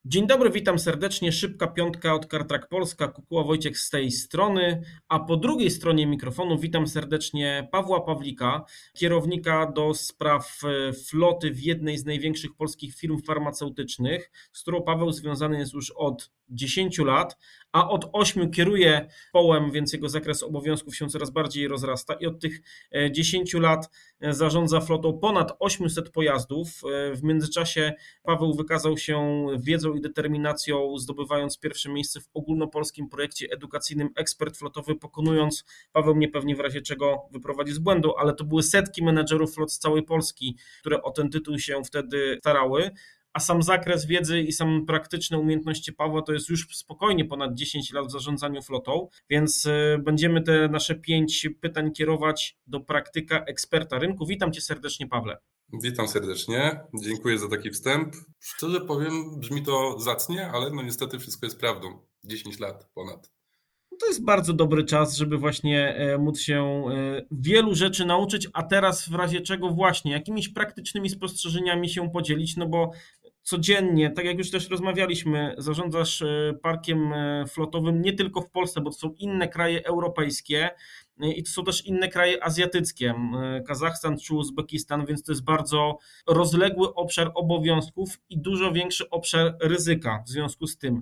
Dzień dobry, witam serdecznie. Szybka piątka od CarTrack Polska. Kukuła Wojciech z tej strony, a po drugiej stronie mikrofonu witam serdecznie Pawła Pawlika, kierownika do spraw floty w jednej z największych polskich firm farmaceutycznych, z którą Paweł związany jest już od 10 lat, a od 8 kieruje połem, więc jego zakres obowiązków się coraz bardziej rozrasta i od tych 10 lat zarządza flotą ponad 800 pojazdów. W międzyczasie Paweł wykazał się wiedzą i determinacją, zdobywając pierwsze miejsce w ogólnopolskim projekcie edukacyjnym Ekspert Flotowy, pokonując, Paweł mnie pewnie w razie czego wyprowadzi z błędu, ale to były setki menedżerów flot z całej Polski, które o ten tytuł się wtedy starały. A sam zakres wiedzy i sam praktyczne umiejętności Pawła to jest już spokojnie ponad 10 lat w zarządzaniu flotą, więc będziemy te nasze 5 pytań kierować do praktyka eksperta rynku. Witam Cię serdecznie, Pawle. Witam serdecznie, dziękuję za taki wstęp. Szczerze powiem, brzmi to zacnie, ale no niestety wszystko jest prawdą. 10 lat ponad. To jest bardzo dobry czas, żeby właśnie móc się wielu rzeczy nauczyć, a teraz w razie czego właśnie jakimiś praktycznymi spostrzeżeniami się podzielić, no bo codziennie, tak jak już też rozmawialiśmy, zarządzasz parkiem flotowym nie tylko w Polsce, bo to są inne kraje europejskie i to są też inne kraje azjatyckie, Kazachstan czy Uzbekistan, więc to jest bardzo rozległy obszar obowiązków i dużo większy obszar ryzyka w związku z tym.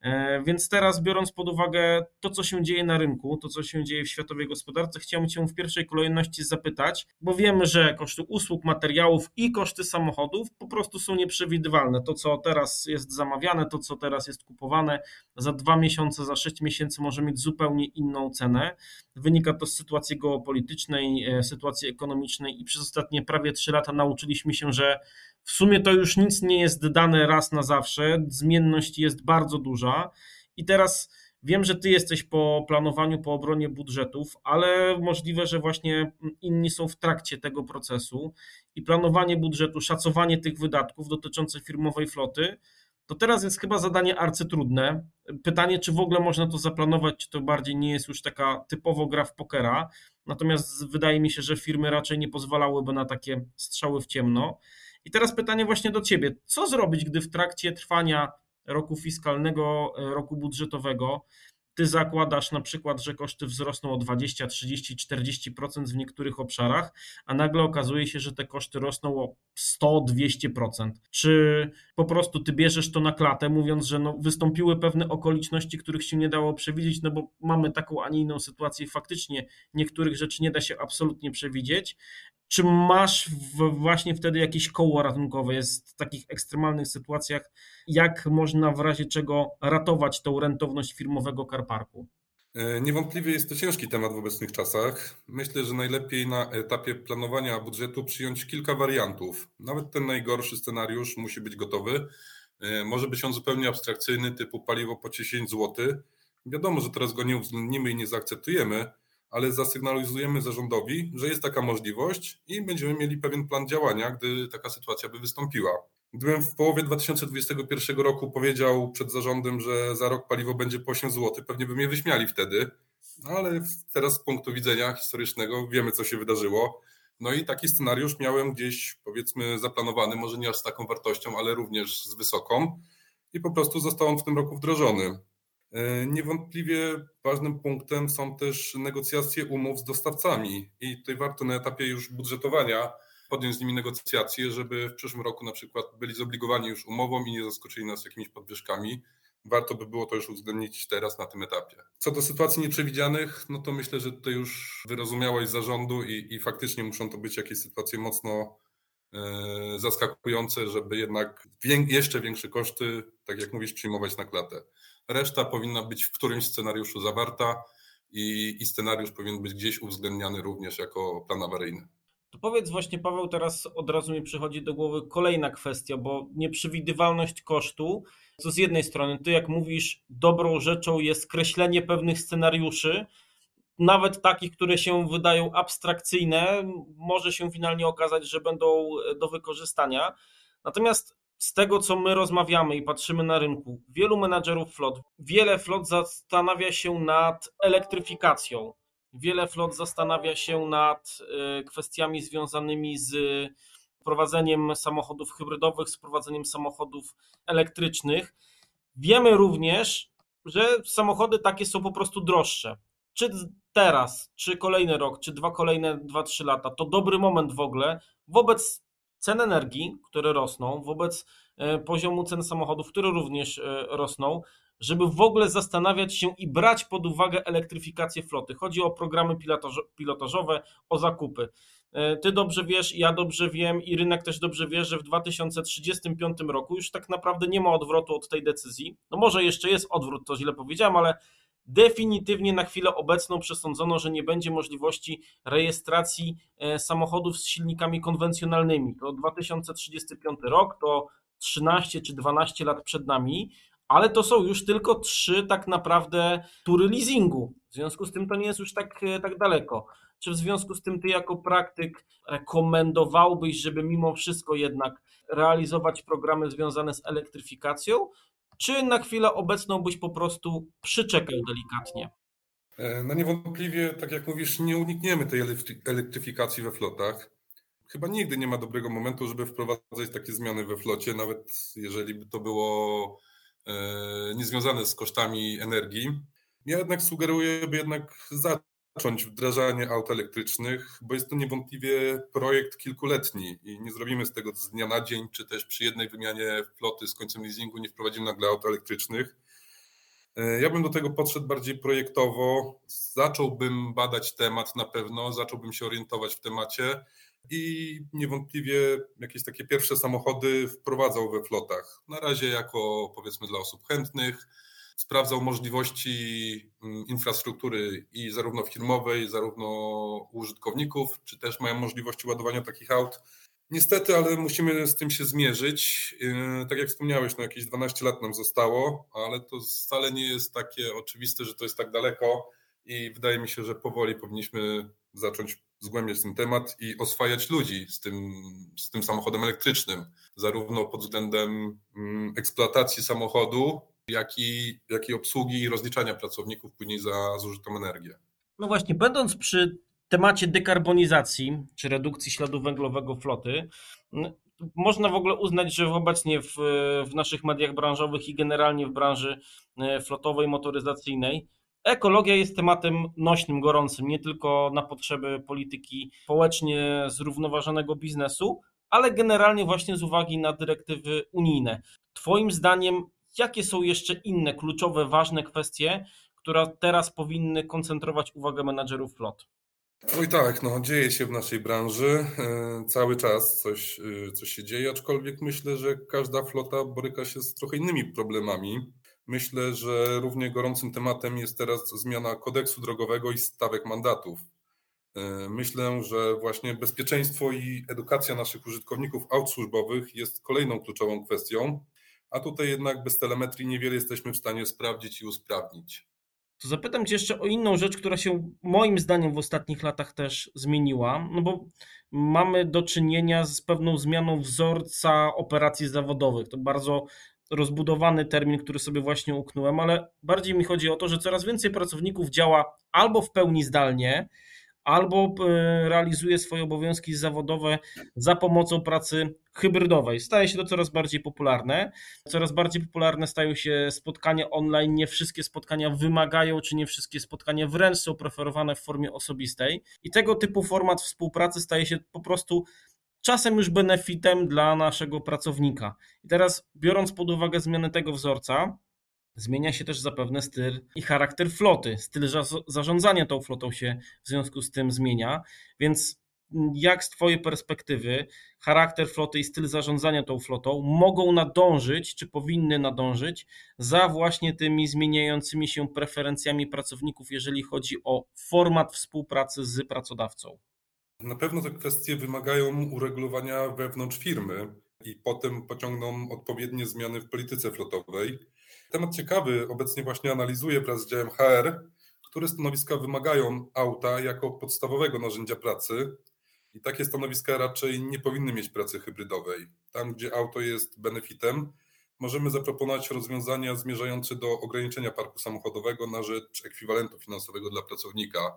Więc teraz, biorąc pod uwagę to, co się dzieje na rynku, to, co się dzieje w światowej gospodarce, chciałbym Cię w pierwszej kolejności zapytać, bo wiemy, że koszty usług, materiałów i koszty samochodów po prostu są nieprzewidywalne. To, co teraz jest zamawiane, to, co teraz jest kupowane, za 2 miesiące, za 6 miesięcy może mieć zupełnie inną cenę. Wynika to z sytuacji geopolitycznej, sytuacji ekonomicznej i przez ostatnie prawie 3 lata nauczyliśmy się, że w sumie to już nic nie jest dane raz na zawsze, zmienność jest bardzo duża i teraz wiem, że Ty jesteś po planowaniu, po obronie budżetów, ale możliwe, że właśnie inni są w trakcie tego procesu i planowanie budżetu, szacowanie tych wydatków dotyczących firmowej floty, to teraz jest chyba zadanie arcytrudne. Pytanie, czy w ogóle można to zaplanować, czy to bardziej nie jest już taka typowo gra w pokera, natomiast wydaje mi się, że firmy raczej nie pozwalałyby na takie strzały w ciemno. I teraz pytanie właśnie do Ciebie. Co zrobić, gdy w trakcie trwania roku fiskalnego, roku budżetowego, Ty zakładasz na przykład, że koszty wzrosną o 20, 30, 40% w niektórych obszarach, a nagle okazuje się, że te koszty rosną o 100, 200%. Czy po prostu Ty bierzesz to na klatę, mówiąc, że no, wystąpiły pewne okoliczności, których się nie dało przewidzieć, no bo mamy taką, a nie inną sytuację i faktycznie niektórych rzeczy nie da się absolutnie przewidzieć. Czy masz właśnie wtedy jakieś koło ratunkowe? Jest w takich ekstremalnych sytuacjach, jak można w razie czego ratować tą rentowność firmowego car-parku? Niewątpliwie jest to ciężki temat w obecnych czasach. Myślę, że najlepiej na etapie planowania budżetu przyjąć kilka wariantów. Nawet ten najgorszy scenariusz musi być gotowy. Może być on zupełnie abstrakcyjny, typu paliwo po 10 zł. Wiadomo, że teraz go nie uwzględnimy i nie zaakceptujemy, ale zasygnalizujemy zarządowi, że jest taka możliwość i będziemy mieli pewien plan działania, gdy taka sytuacja by wystąpiła. Gdybym w połowie 2021 roku powiedział przed zarządem, że za rok paliwo będzie po 8 zł, pewnie by mnie wyśmiali wtedy, ale teraz z punktu widzenia historycznego wiemy, co się wydarzyło. No i taki scenariusz miałem gdzieś, powiedzmy, zaplanowany, może nie aż z taką wartością, ale również z wysoką i po prostu został on w tym roku wdrożony. Niewątpliwie ważnym punktem są też negocjacje umów z dostawcami i tutaj warto na etapie już budżetowania podjąć z nimi negocjacje, żeby w przyszłym roku na przykład byli zobligowani już umową i nie zaskoczyli nas jakimiś podwyżkami. Warto by było to już uwzględnić teraz na tym etapie. Co do sytuacji nieprzewidzianych, no to myślę, że tutaj już wyrozumiałość zarządu i faktycznie muszą to być jakieś sytuacje mocno zaskakujące, żeby jednak jeszcze większe koszty, tak jak mówisz, przyjmować na klatę. Reszta powinna być w którymś scenariuszu zawarta i scenariusz powinien być gdzieś uwzględniany również jako plan awaryjny. To powiedz właśnie, Paweł, teraz od razu mi przychodzi do głowy kolejna kwestia, bo nieprzewidywalność kosztu, to z jednej strony, ty jak mówisz, dobrą rzeczą jest kreślenie pewnych scenariuszy, nawet takich, które się wydają abstrakcyjne, może się finalnie okazać, że będą do wykorzystania. Natomiast z tego, co my rozmawiamy i patrzymy na rynku, wielu menadżerów flot, wiele flot zastanawia się nad elektryfikacją. Wiele flot zastanawia się nad kwestiami związanymi z wprowadzeniem samochodów hybrydowych, z wprowadzeniem samochodów elektrycznych. Wiemy również, że samochody takie są po prostu droższe. Czy teraz, czy kolejny rok, czy kolejne 2-3 lata, to dobry moment w ogóle wobec cen energii, które rosną, wobec poziomu cen samochodów, które również rosną, żeby w ogóle zastanawiać się i brać pod uwagę elektryfikację floty. Chodzi o programy pilotażowe, o zakupy. Ty dobrze wiesz, ja dobrze wiem i rynek też dobrze wie, że w 2035 roku już tak naprawdę nie ma odwrotu od tej decyzji. No może jeszcze jest odwrót, to źle powiedziałem, ale definitywnie na chwilę obecną przesądzono, że nie będzie możliwości rejestracji samochodów z silnikami konwencjonalnymi. To 2035 rok, to 13 czy 12 lat przed nami, ale to są już tylko 3 tak naprawdę tury leasingu. W związku z tym to nie jest już tak daleko. Czy w związku z tym ty jako praktyk rekomendowałbyś, żeby mimo wszystko jednak realizować programy związane z elektryfikacją, czy na chwilę obecną byś po prostu przyczekał delikatnie? No niewątpliwie, tak jak mówisz, nie unikniemy tej elektryfikacji we flotach. Chyba nigdy nie ma dobrego momentu, żeby wprowadzać takie zmiany we flocie, nawet jeżeli by to było niezwiązane z kosztami energii. Ja jednak sugeruję, by jednak zacząć wdrażanie aut elektrycznych, bo jest to niewątpliwie projekt kilkuletni i nie zrobimy z tego z dnia na dzień, czy też przy jednej wymianie floty z końcem leasingu nie wprowadzimy nagle aut elektrycznych. Ja bym do tego podszedł bardziej projektowo, zacząłbym badać temat na pewno, zacząłbym się orientować w temacie i niewątpliwie jakieś takie pierwsze samochody wprowadzał we flotach. Na razie jako powiedzmy dla osób chętnych, sprawdzał możliwości infrastruktury i zarówno firmowej, zarówno u użytkowników, czy też mają możliwości ładowania takich aut. Niestety, ale musimy z tym się zmierzyć. Tak jak wspomniałeś, no jakieś 12 lat nam zostało, ale to wcale nie jest takie oczywiste, że to jest tak daleko i wydaje mi się, że powoli powinniśmy zacząć zgłębiać ten temat i oswajać ludzi z tym samochodem elektrycznym, zarówno pod względem eksploatacji samochodu, jak i obsługi i rozliczania pracowników później za zużytą energię. No właśnie, będąc przy temacie dekarbonizacji czy redukcji śladu węglowego floty, można w ogóle uznać, że obecnie w naszych mediach branżowych i generalnie w branży flotowej, motoryzacyjnej ekologia jest tematem nośnym, gorącym, nie tylko na potrzeby polityki społecznie zrównoważonego biznesu, ale generalnie właśnie z uwagi na dyrektywy unijne. Twoim zdaniem, jakie są jeszcze inne kluczowe, ważne kwestie, które teraz powinny koncentrować uwagę menadżerów flot? Oj tak, no dzieje się w naszej branży, cały czas coś się dzieje, aczkolwiek myślę, że każda flota boryka się z trochę innymi problemami. Myślę, że równie gorącym tematem jest teraz zmiana kodeksu drogowego i stawek mandatów. Myślę, że właśnie bezpieczeństwo i edukacja naszych użytkowników aut służbowych jest kolejną kluczową kwestią, a tutaj jednak bez telemetrii niewiele jesteśmy w stanie sprawdzić i usprawnić. To zapytam Cię jeszcze o inną rzecz, która się moim zdaniem w ostatnich latach też zmieniła, no bo mamy do czynienia z pewną zmianą wzorca operacji zawodowych. To bardzo rozbudowany termin, który sobie właśnie uknąłem, ale bardziej mi chodzi o to, że coraz więcej pracowników działa albo w pełni zdalnie, albo realizuje swoje obowiązki zawodowe za pomocą pracy hybrydowej. Staje się to coraz bardziej popularne. Coraz bardziej popularne stają się spotkania online. Nie wszystkie spotkania wymagają, czy nie wszystkie spotkania wręcz są preferowane w formie osobistej. I tego typu format współpracy staje się po prostu czasem już benefitem dla naszego pracownika. I teraz, biorąc pod uwagę zmianę tego wzorca, zmienia się też zapewne styl i charakter floty. Styl zarządzania tą flotą się w związku z tym zmienia. Więc jak z Twojej perspektywy charakter floty i styl zarządzania tą flotą mogą nadążyć, czy powinny nadążyć za właśnie tymi zmieniającymi się preferencjami pracowników, jeżeli chodzi o format współpracy z pracodawcą? Na pewno te kwestie wymagają uregulowania wewnątrz firmy i potem pociągną odpowiednie zmiany w polityce flotowej. Temat ciekawy obecnie właśnie analizuję wraz z działem HR, które stanowiska wymagają auta jako podstawowego narzędzia pracy i takie stanowiska raczej nie powinny mieć pracy hybrydowej. Tam, gdzie auto jest benefitem, możemy zaproponować rozwiązania zmierzające do ograniczenia parku samochodowego na rzecz ekwiwalentu finansowego dla pracownika.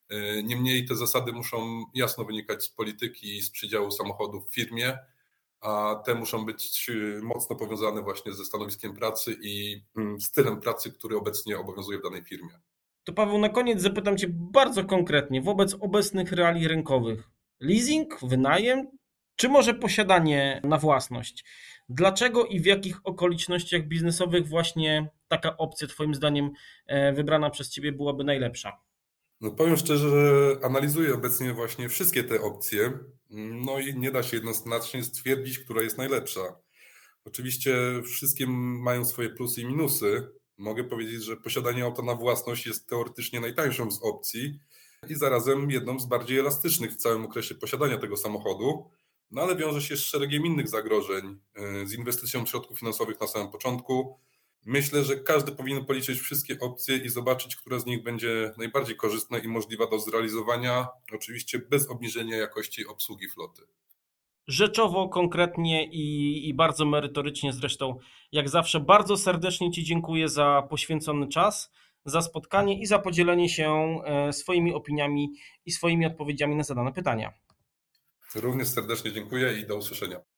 Niemniej te zasady muszą jasno wynikać z polityki i z przydziału samochodów w firmie, a te muszą być mocno powiązane właśnie ze stanowiskiem pracy i stylem pracy, który obecnie obowiązuje w danej firmie. To Paweł, na koniec zapytam Cię bardzo konkretnie, wobec obecnych reалii rynkowych, leasing, wynajem, czy może posiadanie na własność? Dlaczego i w jakich okolicznościach biznesowych właśnie taka opcja Twoim zdaniem wybrana przez Ciebie byłaby najlepsza? No powiem szczerze, że analizuję obecnie właśnie wszystkie te opcje, no i nie da się jednoznacznie stwierdzić, która jest najlepsza. Oczywiście wszystkie mają swoje plusy i minusy. Mogę powiedzieć, że posiadanie auta na własność jest teoretycznie najtańszą z opcji i zarazem jedną z bardziej elastycznych w całym okresie posiadania tego samochodu, no ale wiąże się z szeregiem innych zagrożeń, z inwestycją środków finansowych na samym początku. Myślę, że każdy powinien policzyć wszystkie opcje i zobaczyć, która z nich będzie najbardziej korzystna i możliwa do zrealizowania, oczywiście bez obniżenia jakości obsługi floty. Rzeczowo, konkretnie i bardzo merytorycznie zresztą, jak zawsze, bardzo serdecznie Ci dziękuję za poświęcony czas, za spotkanie i za podzielenie się swoimi opiniami i swoimi odpowiedziami na zadane pytania. Również serdecznie dziękuję i do usłyszenia.